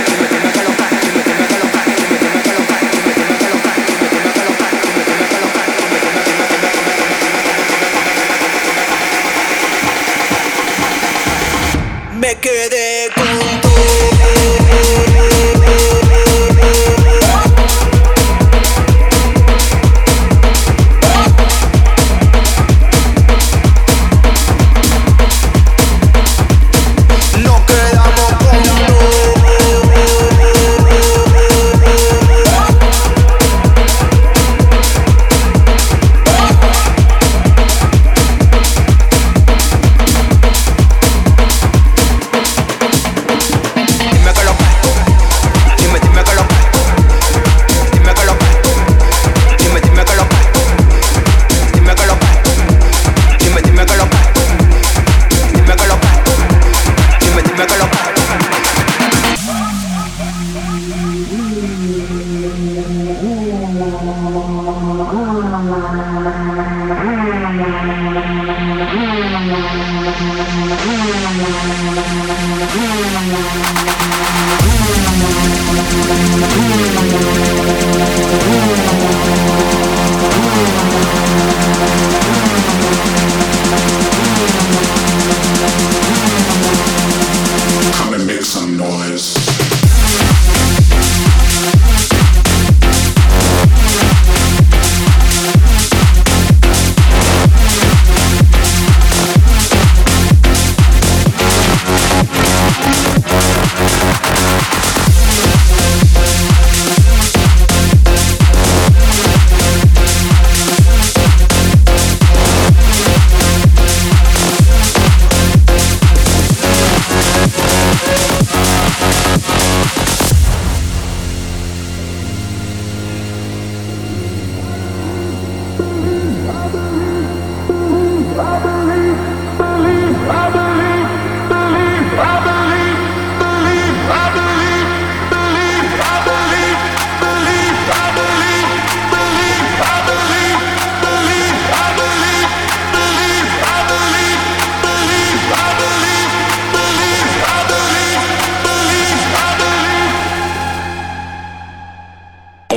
Me quedé con tu. Come and make some noise.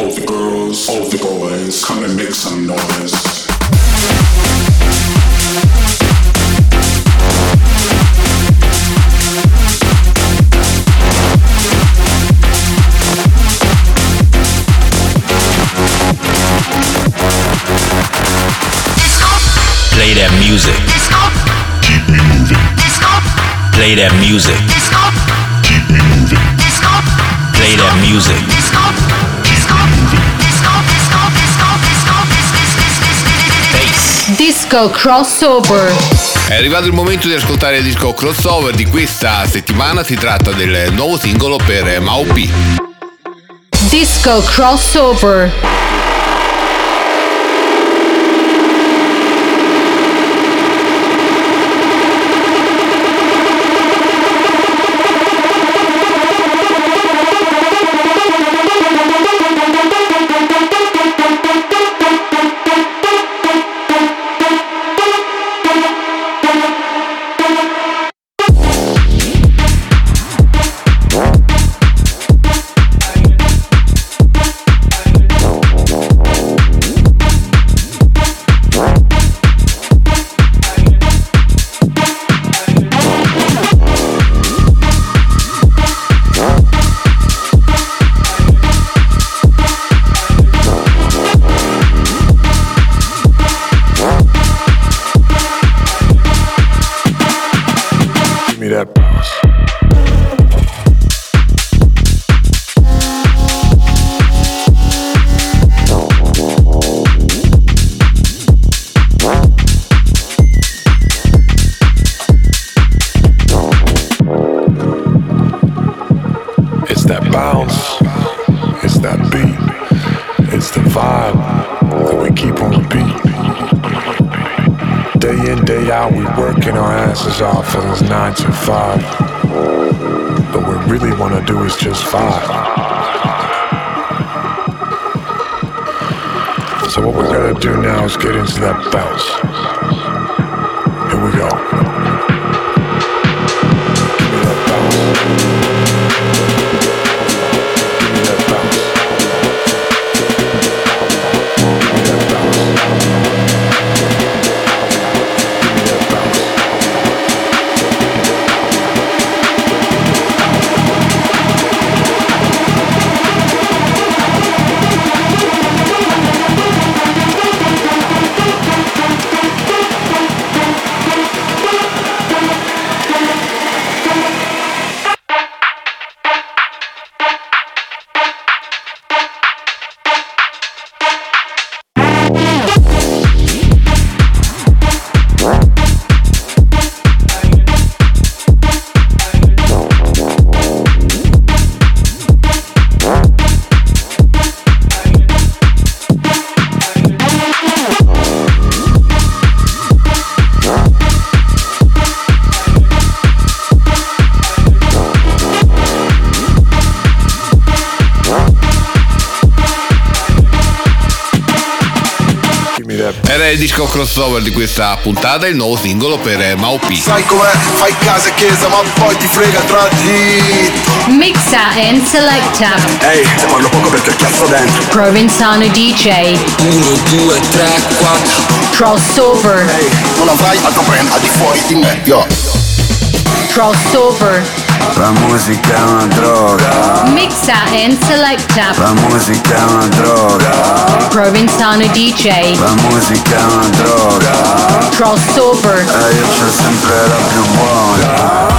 All the girls, all the boys, come and make some noise. Play that music. Keep me moving. Play that music. Keep me moving. Play that music. Disco Crossover. È arrivato il momento di ascoltare il disco crossover di questa settimana, si tratta del nuovo singolo per Mau P. Disco Crossover. Off for those 9 to 5, but what we really want to do is just vibe. So what we're gonna do now is get into that bounce. Here we go. Give me that bounce. Give me that bounce. Give me that bounce. Era il disco crossover di questa puntata, il nuovo singolo per Mau P. Sai com'è? Fai casa e chiesa ma poi ti frega tra di. Mixa and selecta. Ehi, se parlo poco perché cazzo dentro. Provenzano DJ. 1, 2, 3, 4. Crossover. Ehi, non avrai altro brand al di fuori di me, yo. Crossover. La musica è una droga. Mixa and selecta. La musica è una droga. Provenzano DJ. La musica è una droga. Crossover. E io c'ho sempre la più buona.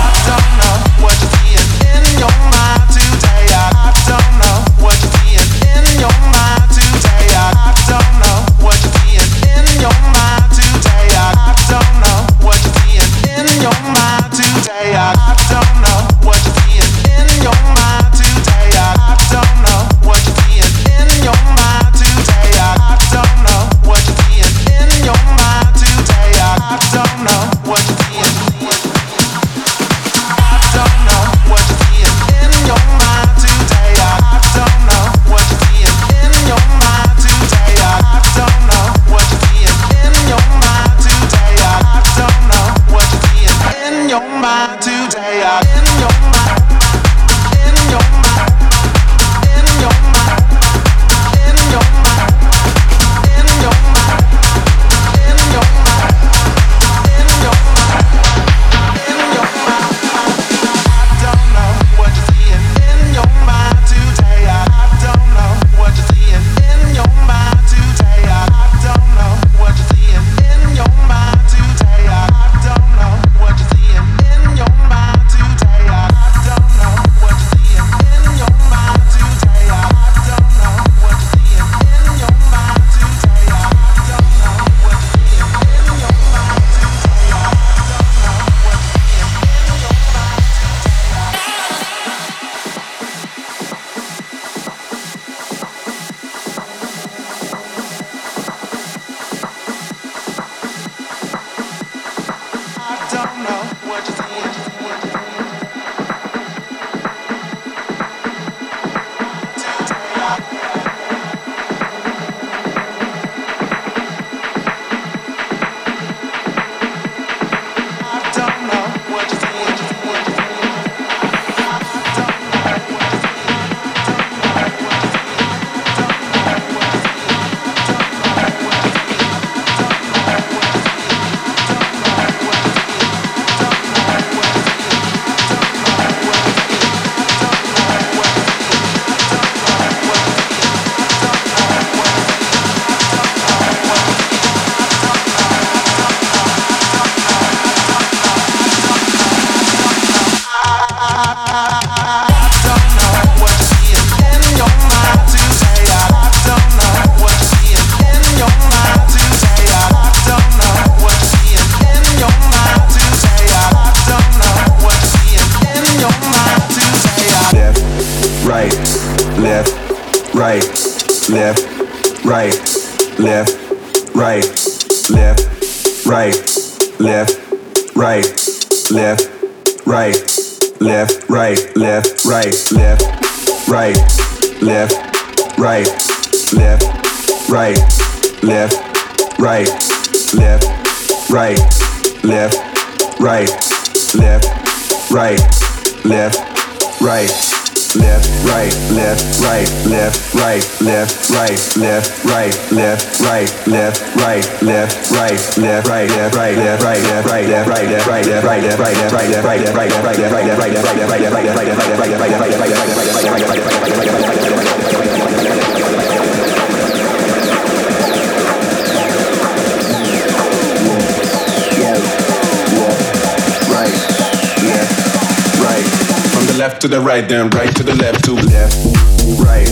Left to the right, then right to the left, to left, right,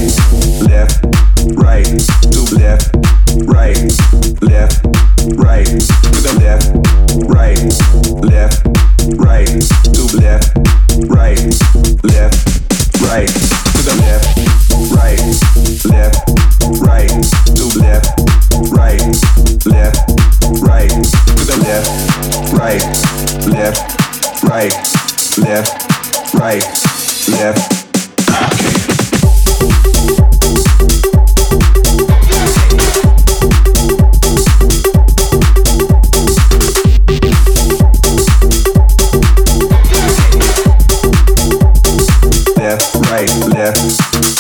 right, to left, right, right, to the left, right, right, to left, right, right, to the left, right, right, to left, right, right, to the left, right, right, right, left. Left, right, left.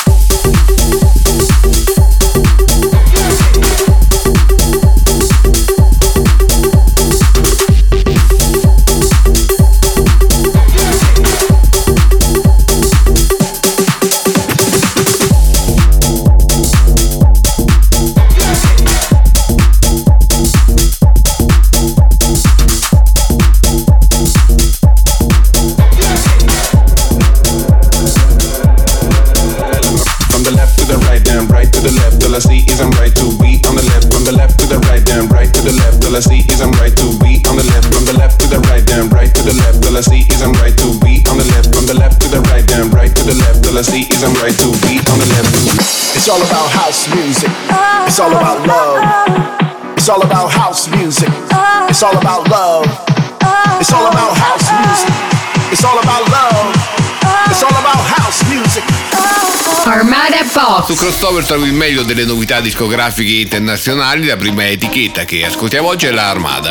It's all about house music. It's all about love. It's all about house music. It's all about love. It's all about house music. It's all about love. It's all about house music. Armada Box. Su Crossover trovi il meglio delle novità discografiche internazionali. La prima etichetta che ascoltiamo oggi è la Armada.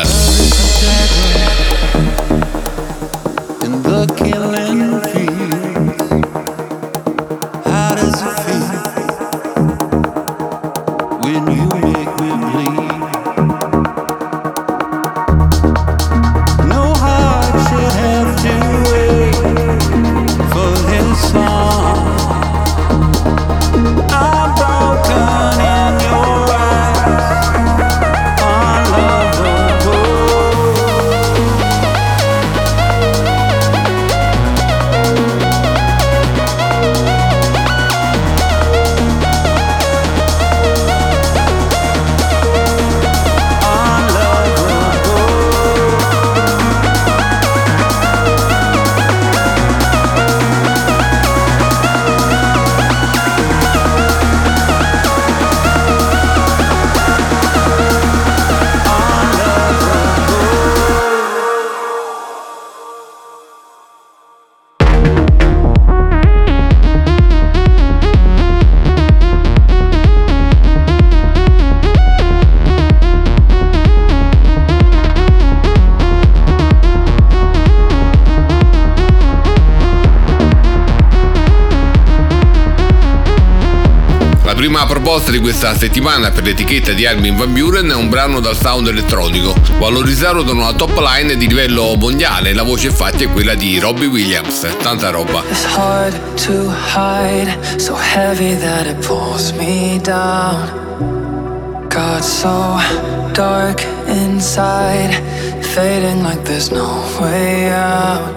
proposta di questa settimana per l'etichetta di Armin van Buuren è un brano dal sound elettronico, valorizzato da una top line di livello mondiale. La voce infatti è quella di Robbie Williams, tanta roba. It's hard to hide, so heavy that it pulls me down. Got so dark inside, fading like there's no way out.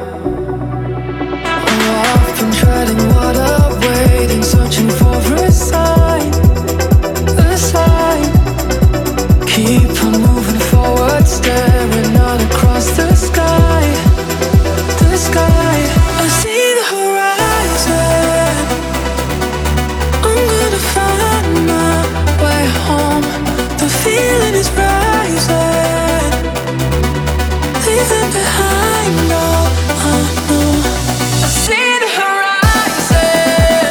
I've been treading water, waiting, searching for a sign, a sign. Keep on moving forward, staring out across the sky, the sky. I see the horizon. I'm gonna find my way home. The feeling is rising, leaving behind all I know. I see the horizon.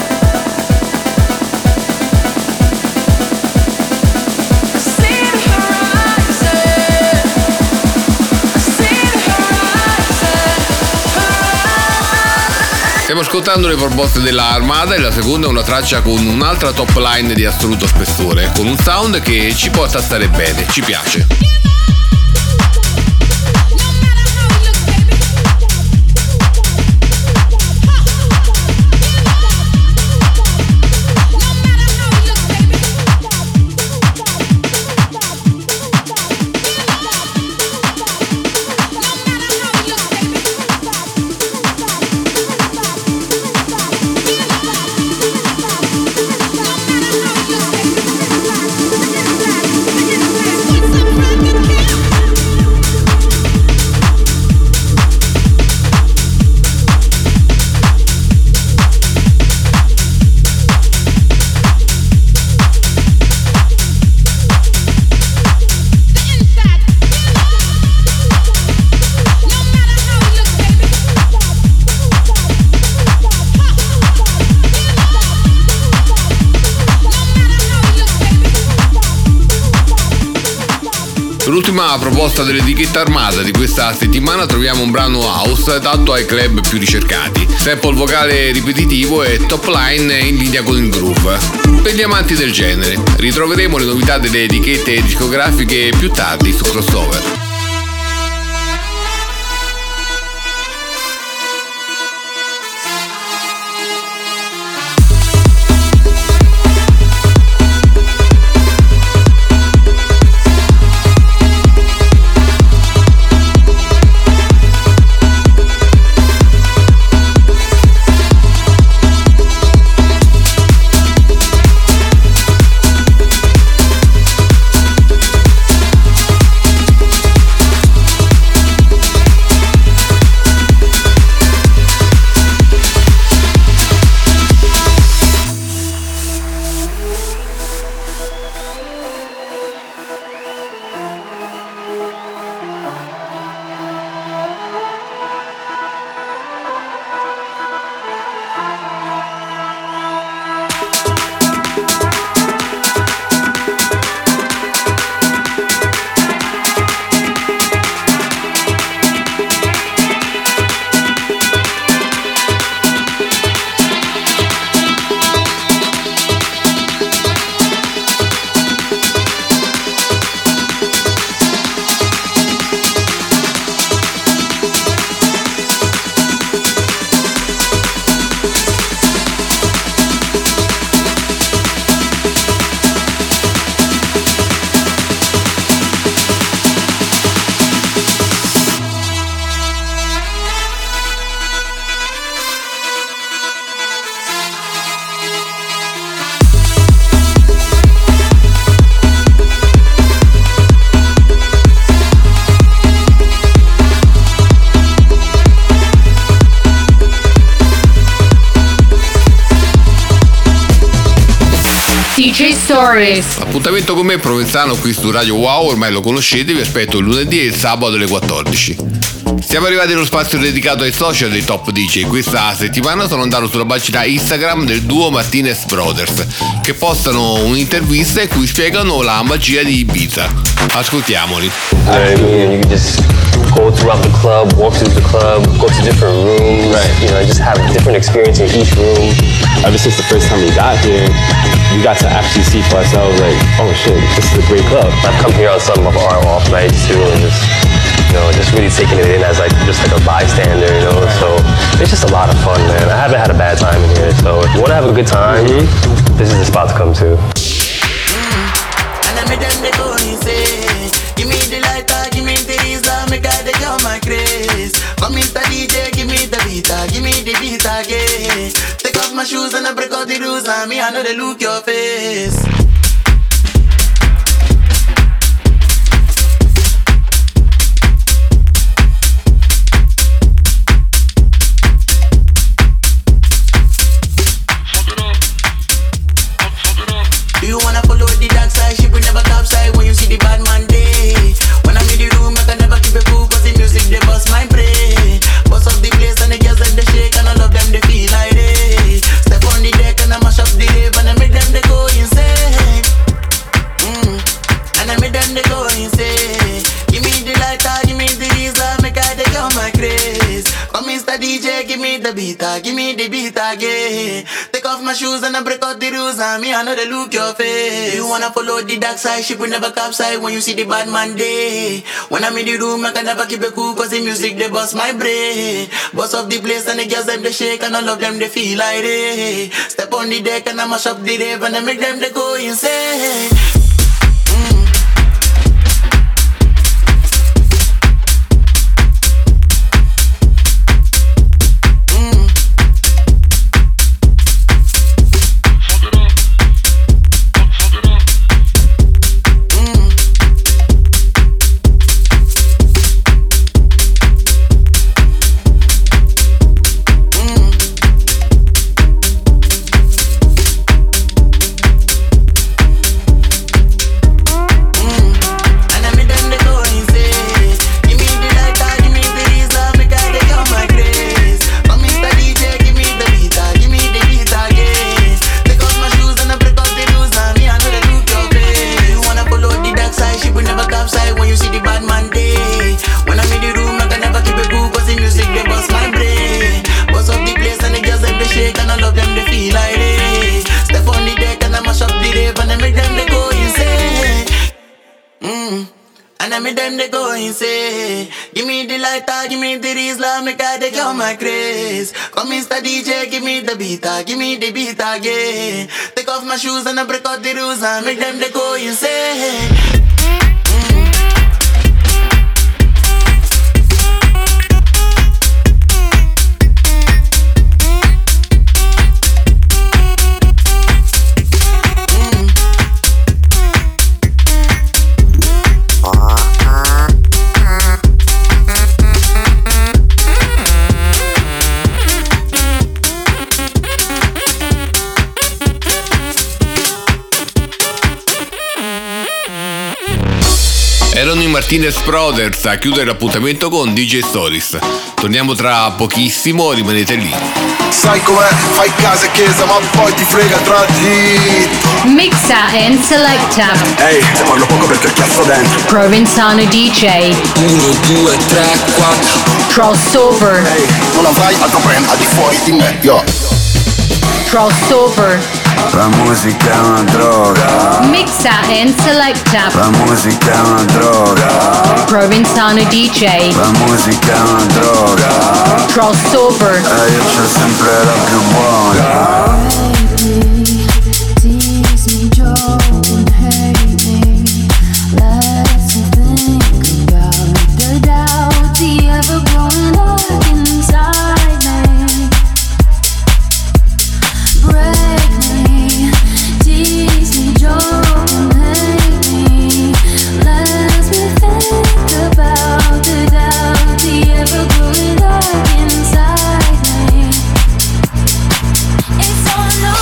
I see the horizon. I see the horizon. Stiamo ascoltando le proposte della Armada e la seconda è una traccia con un'altra top line di assoluto spessore, con un sound che ci porta a stare bene, ci piace. L'ultima proposta dell'etichetta Armada di questa settimana troviamo un brano house adatto ai club più ricercati, sample vocale ripetitivo e top line in linea con il groove. Per gli amanti del genere, ritroveremo le novità delle etichette discografiche più tardi su Crossover. DJ Stories. Appuntamento con me Provenzano qui su Radio Wow, ormai lo conoscete, vi aspetto il lunedì e il sabato alle 14. Siamo arrivati allo spazio dedicato ai social dei top DJ. Questa settimana sono andato sulla pagina Instagram del duo Martinez Brothers, che postano un'intervista in cui spiegano la magia di Ibiza. Ascoltiamoli. You can just go throughout the club, walk through the club, go to different rooms, right. You know, just have different experience in each room. Ever since the first time we got here, we got to actually see for ourselves, like, oh shit, this is a great club. I've come here on some of our off nights too, and just really taking it in as just like a bystander, so it's just a lot of fun, man. I haven't had a bad time in here, so if you want to have a good time, this is the spot to come to. Give me the lighter, give me the reason, make I take on my grace. Come Mr. DJ, give me the beat again. Take off my shoes and I break out the rules, and me I know they look your face. Do you wanna follow the dark side? Ship will never topside when you see the bad man day. When I'm in the room, I can never keep it cool, cause the music they bust my brain. Bust up the place and the girls them they shake, and all of them they feel like they step on the deck and I mash up the rave, and I make them they go insane. And I make them they go insane. Give me the lighter, give me the reason, make I take on my craze. Come Mr. DJ, give me the beat again. Take off my shoes and I break out the rules, and me I know they look your face. You wanna follow the dark side, ship will never capsize when you see the bad man day. When I'm in the room, I can never keep it cool, cause the music they bust my brain. Bust up the place and the girls them they shake, and all of them they feel like they step on the deck and I mash up the rave, and I make them they go insane. Come Mr. DJ, give me the beat again. Take off my shoes and I break out the rules, and make them they go insane. Erano i Martinez Brothers a chiudere l'appuntamento con DJ Stories. Torniamo tra pochissimo, rimanete lì. Sai com'è? Fai casa e chiesa, ma poi ti frega tra dritto. Mixa and selecta. Ehi, te parlo poco perché cazzo dentro. Provenzano DJ. 1, 2, 3, 4. Crossover. Ehi, non avrai altro brand al di fuori di me, yo. Crossover. La musica è una droga. Mixa and selecta. La musica è una droga. Provenzano DJ. La musica è una droga. Crossover. E io c'ho sempre la più buona. It's all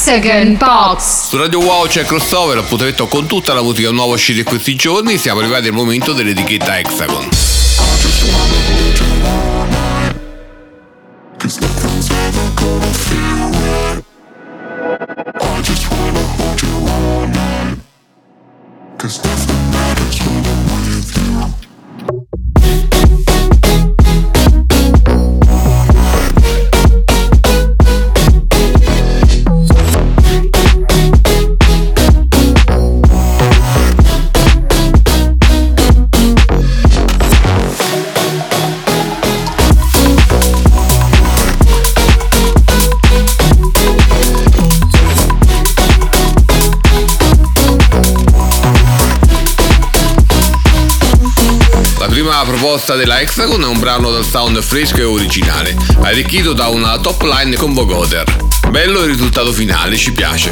Hexagon Box. Su Radio Wow c'è Crossover, appuntamento con tutta la musica nuova uscita in questi giorni. Siamo arrivati al momento dell'etichetta Hexagon. La proposta della Hexagon è un brano dal sound fresco e originale, arricchito da una top line con vocoder. Bello il risultato finale, ci piace.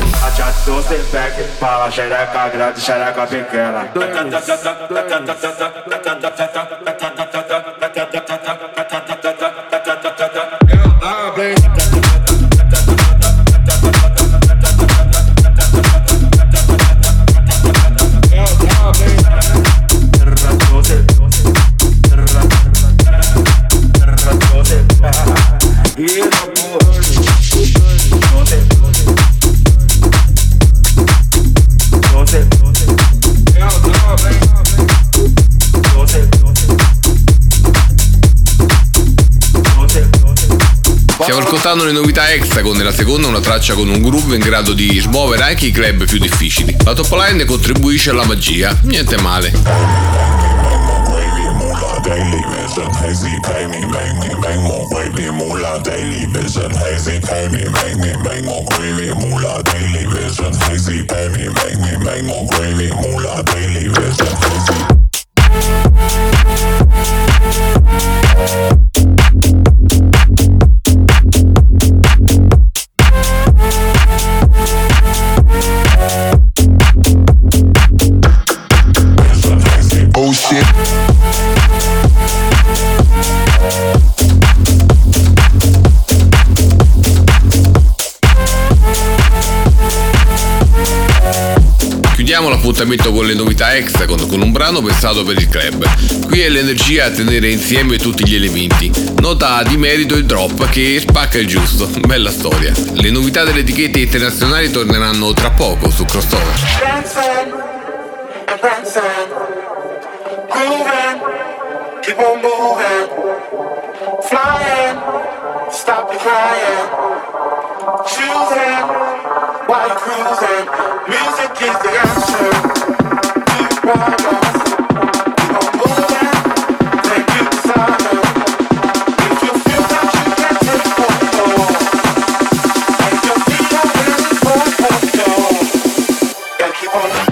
Stiamo ascoltando le novità Hexagon, nella seconda una traccia con un groove in grado di smuovere anche i club più difficili. La top line contribuisce alla magia, niente male. Daily vision, hazy, pay me, make me, bang more, baby, moolah, daily vision, hazy, pay me, make me, bang more, gravy, moolah, daily vision, hazy, pay me, make me, bang more, gravy, moolah, daily vision, hazy. Oh shit. Chiudiamo l'appuntamento con le novità Hexagon con un brano pensato per il club. Qui è l'energia a tenere insieme tutti gli elementi. Nota di merito il drop che spacca il giusto. Bella storia. Le novità delle etichette internazionali torneranno tra poco su Crossover. Grooving, keep on moving, flying, stop your crying, choosing while you're cruising. Music is the answer to problems. Keep on moving, take it silent. If you feel that you can take one more, and your feet are ready for control, gotta keep on.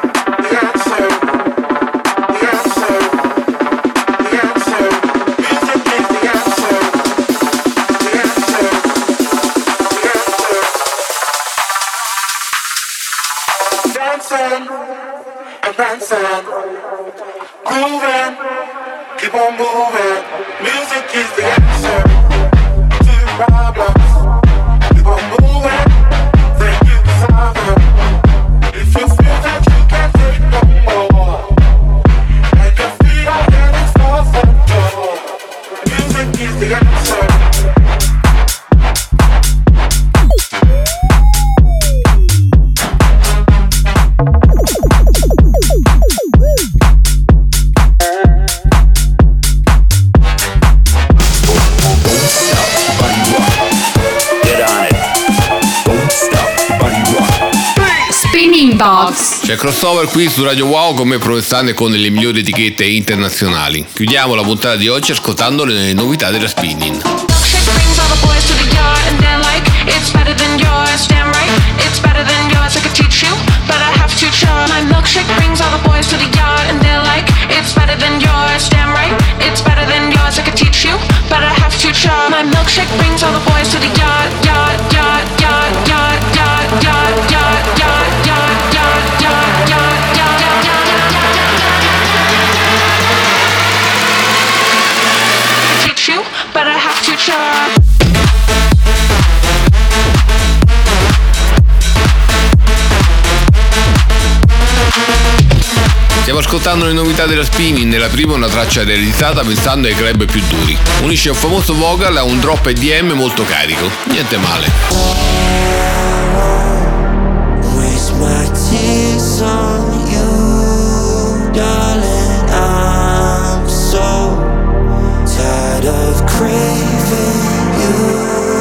Music dancing, grooving, keep on moving. Music is the answer to your problems. Keep on moving, then you can solve them. If you feel that you can't take no more, and your feet are headed for the door, music is the answer. Box. C'è crossover qui su Radio Wow come Provenzane con le migliori etichette internazionali. Chiudiamo la puntata di oggi ascoltando le novità della Spinnin'. My milkshake brings all the boys to the yard, yard, yard, yard, yard, yard, yard, yard, yard, yard, yard, yard, yard, yard, yard. Teach you, but I have to try. Stiamo ascoltando le novità della Spinnin', nella prima una traccia realizzata pensando ai club più duri. Unisce un famoso vocal a un drop EDM molto carico. Niente male. Waste my tears on you, darling. I'm so tired of craving you.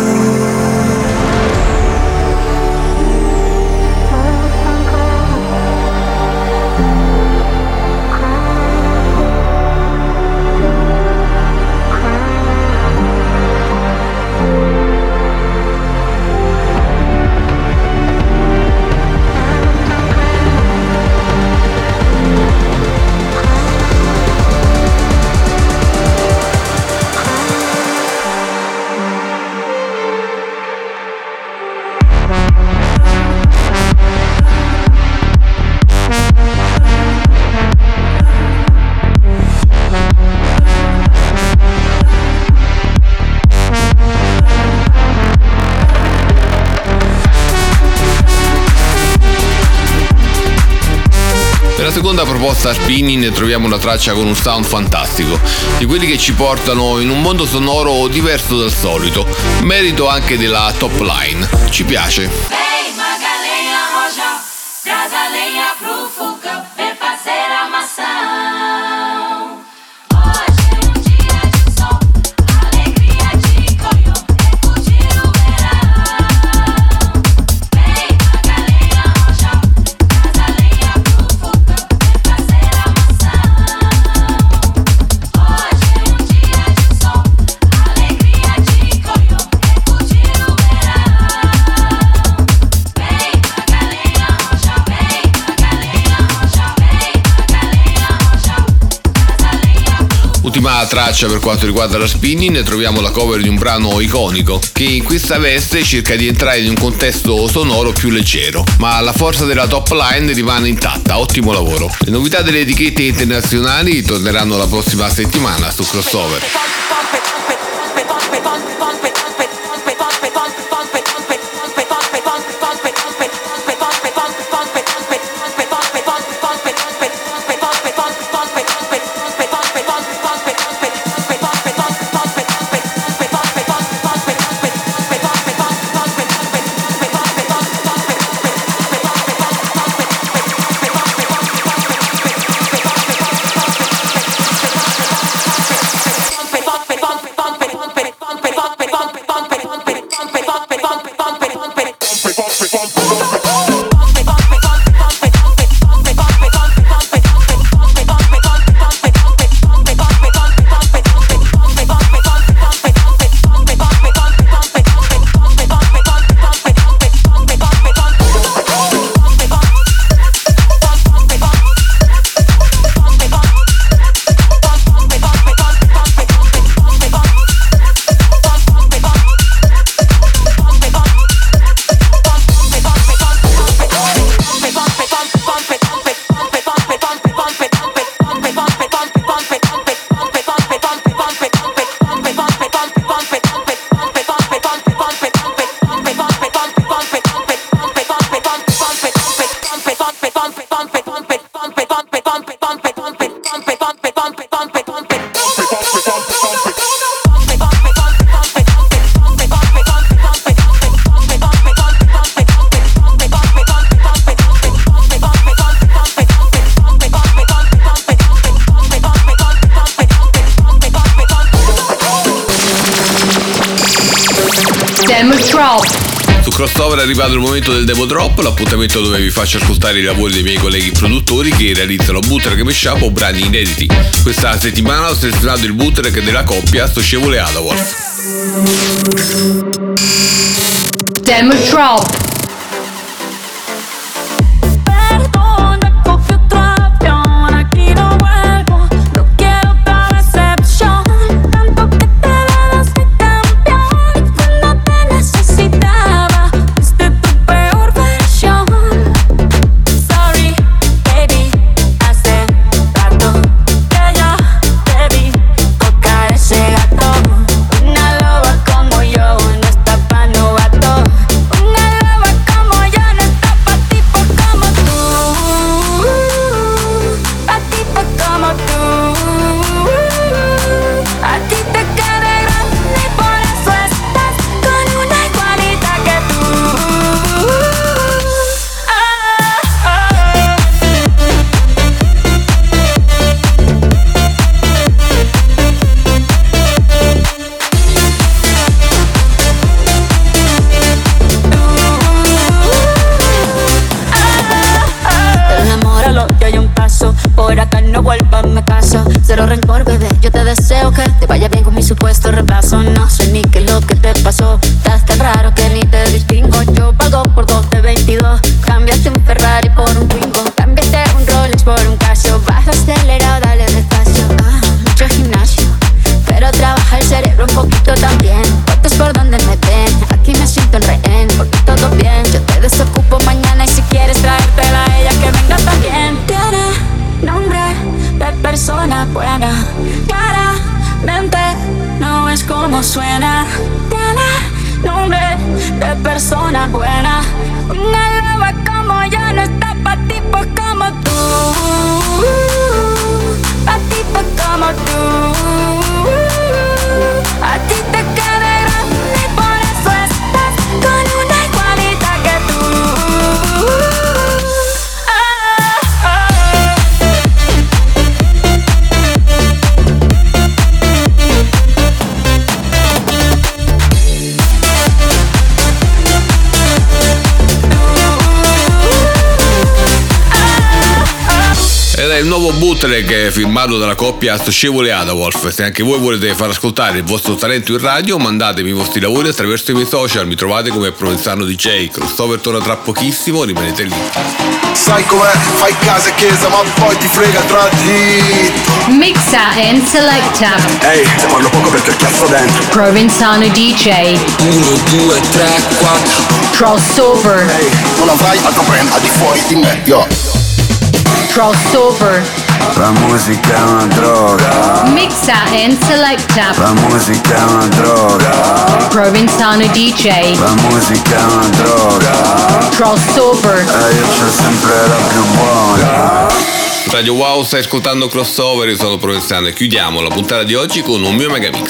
Per la seconda proposta a Spinnin' troviamo una traccia con un sound fantastico, di quelli che ci portano in un mondo sonoro diverso dal solito, merito anche della top line. Ci piace. Vem, Magalenha Roja, traz a lenha pro fogão, vem fazer a maçã. Hoje é um dia de sol, alegria de coiô, é curtir o verão. Vem, Magalenha Roja, traz a lenha pro fogão, vem fazer a maçã. Hoje é um dia de sol, alegria de coiô, é curtir o verão. Vem, Magalenha Roja, vem, Magalenha Roja, vem, Magalenha Roja, traz a lenha pro. Ultima traccia per quanto riguarda la Spinnin', troviamo la cover di un brano iconico che in questa veste cerca di entrare in un contesto sonoro più leggero, ma la forza della top line rimane intatta. Ottimo lavoro. Le novità delle etichette internazionali torneranno la prossima settimana su Crossover. Pump it. Demo Drop. Su Crossover è arrivato il momento del Demo Drop, l'appuntamento dove vi faccio ascoltare i lavori dei miei colleghi produttori che realizzano bootleg, mashup o brani inediti. Questa settimana ho selezionato il bootleg della coppia Socievole Adawolf. Demo Drop. Cero rencor, bebé, yo te deseo que te vaya bien con mi supuesto reemplazo. No sé ni qué es lo que te pasó. Estás tan raro que ni te distingo. Yo pago por 2 de 22. Cambiaste un Ferrari por un Twingo. Cambiaste un Rolex por un Casio. Vas acelerado, dale despacio. Mucho gimnasio, pero trabaja el cerebro un poquito también. Fotos por donde me ven, aquí me siento en rehén. Porque todo bien, yo te desocupo mañana. Y si quieres traértela a ella, que venga también. Tiene nombre de persona buena, claramente no es como suena. Tiene nombre de persona buena. Una loba como yo no está pa' tipos como tú, pa' tipos como tú. A ti te queda grande y por eso estás con una igualita que tú. Ed è il nuovo bootleg firmato dalla coppia Socievole Adawolf. Se anche voi volete far ascoltare il vostro talento in radio, mandatemi i vostri lavori attraverso i miei social. Mi trovate come Provenzano DJ. Crossover torna tra pochissimo, rimanete lì. Sai com'è? Fai casa e chiesa ma poi ti frega tra di. Mixa and selecta. Ehi, se parlo poco perché il cazzo dentro. Provenzano DJ. 1, 2, 3, 4. Crossover. Ehi, non avrai altro brand al di fuori di me, yo. Crossover. La musica è una droga. Mixa and selecta. La musica è una droga. Provenzano DJ. La musica è una droga. Crossover. E io c'ho sempre la più buona. Radio Wow, stai ascoltando Crossover, io sono Provenzano e chiudiamo la puntata di oggi con un mio megamix.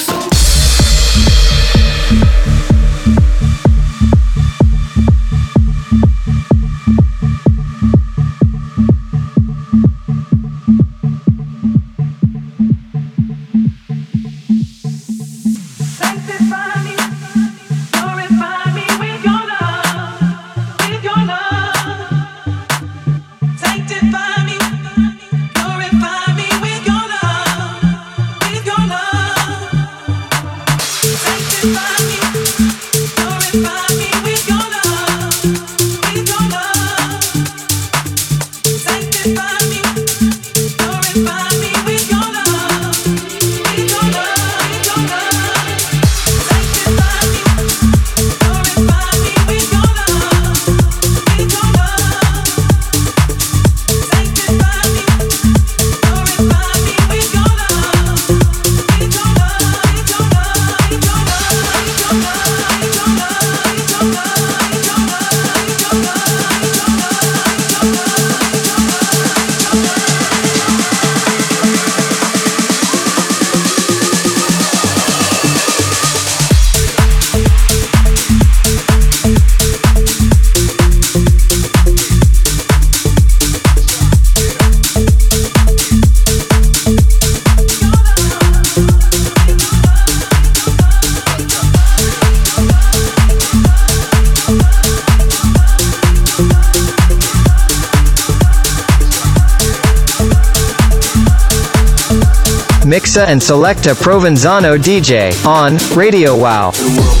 Mixa and Selecta Provenzano DJ on Radio Wow.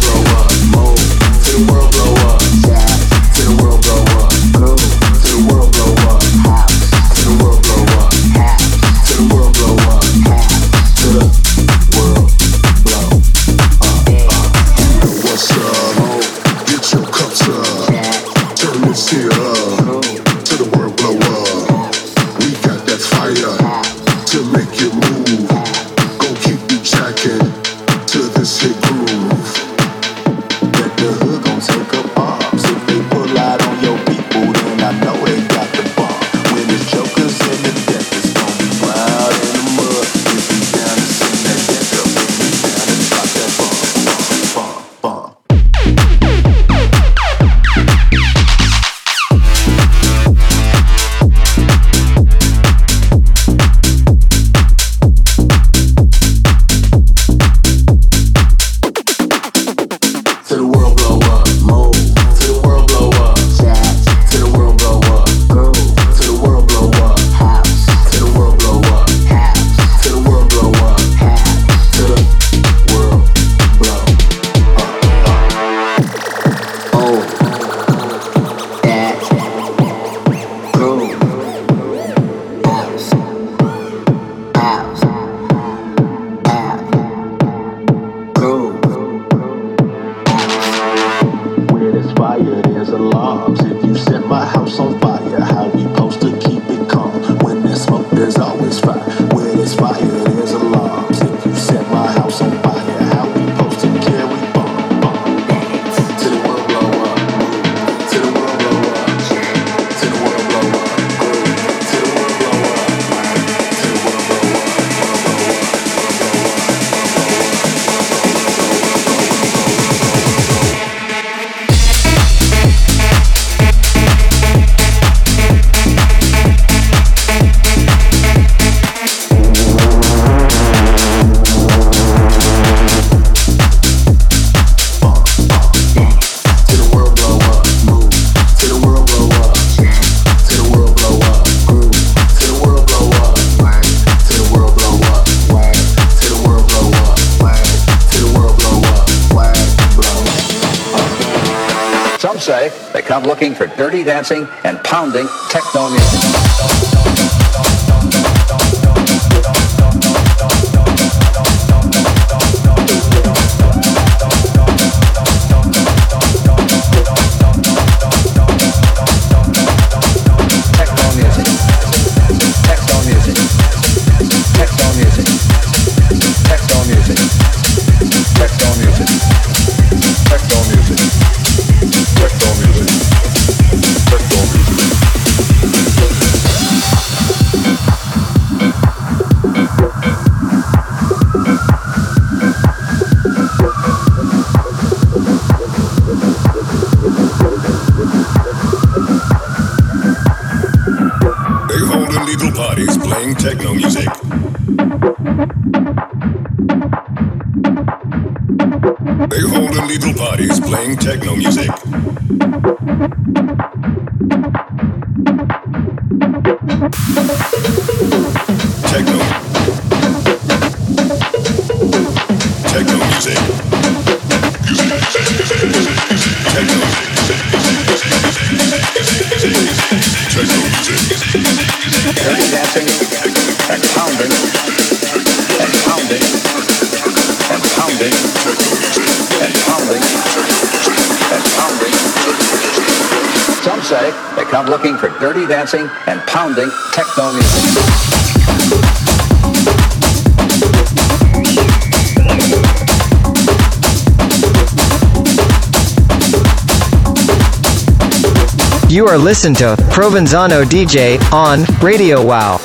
Say they come looking for dirty dancing and pounding techno music. Techno music. They hold illegal parties playing techno music. Techno. Techno music. Techno. Techno music. Dirty dancing and pounding and pounding and pounding and pounding and pounding. Some say they come looking for dirty dancing and pounding techno music. You are listening to Provenzano DJ on Radio Wow.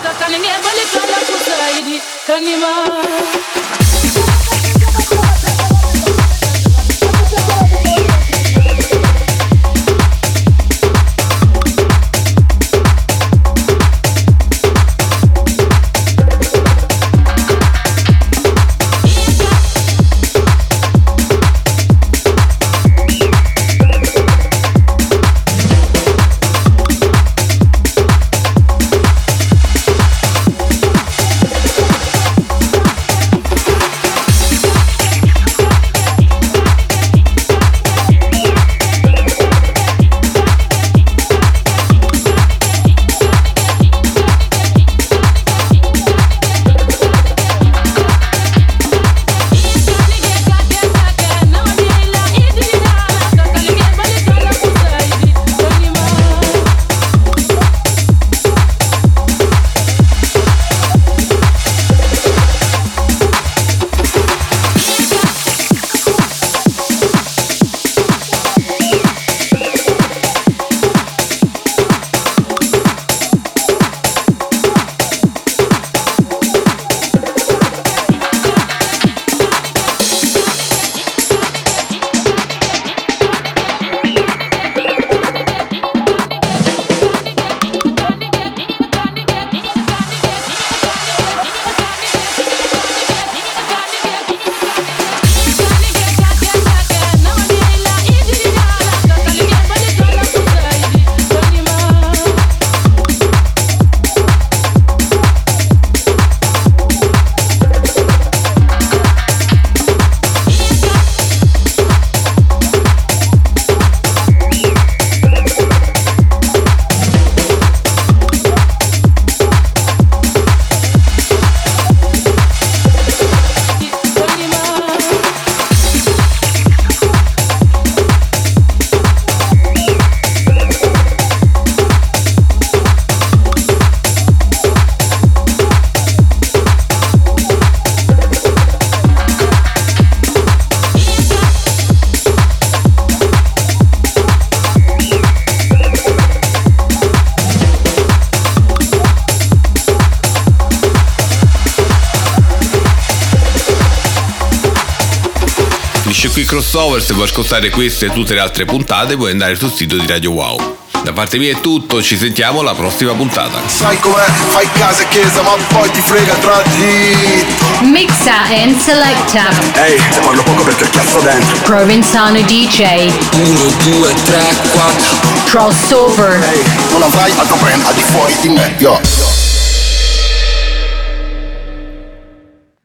finisce qui Crossover. Se vuoi ascoltare queste e tutte le altre puntate puoi andare sul sito di Radio Wow. Da parte mia è tutto, ci sentiamo alla prossima puntata. Sai com'è, fai casa e chiesa ma poi ti frega tra dritto. Mixa and selecta. Ehi, te parlo poco perché cazzo dentro. Provenzano DJ. 1, 2, 3, 4. Crossover. Ehi, non avrai altro brand al di fuori di me, yo.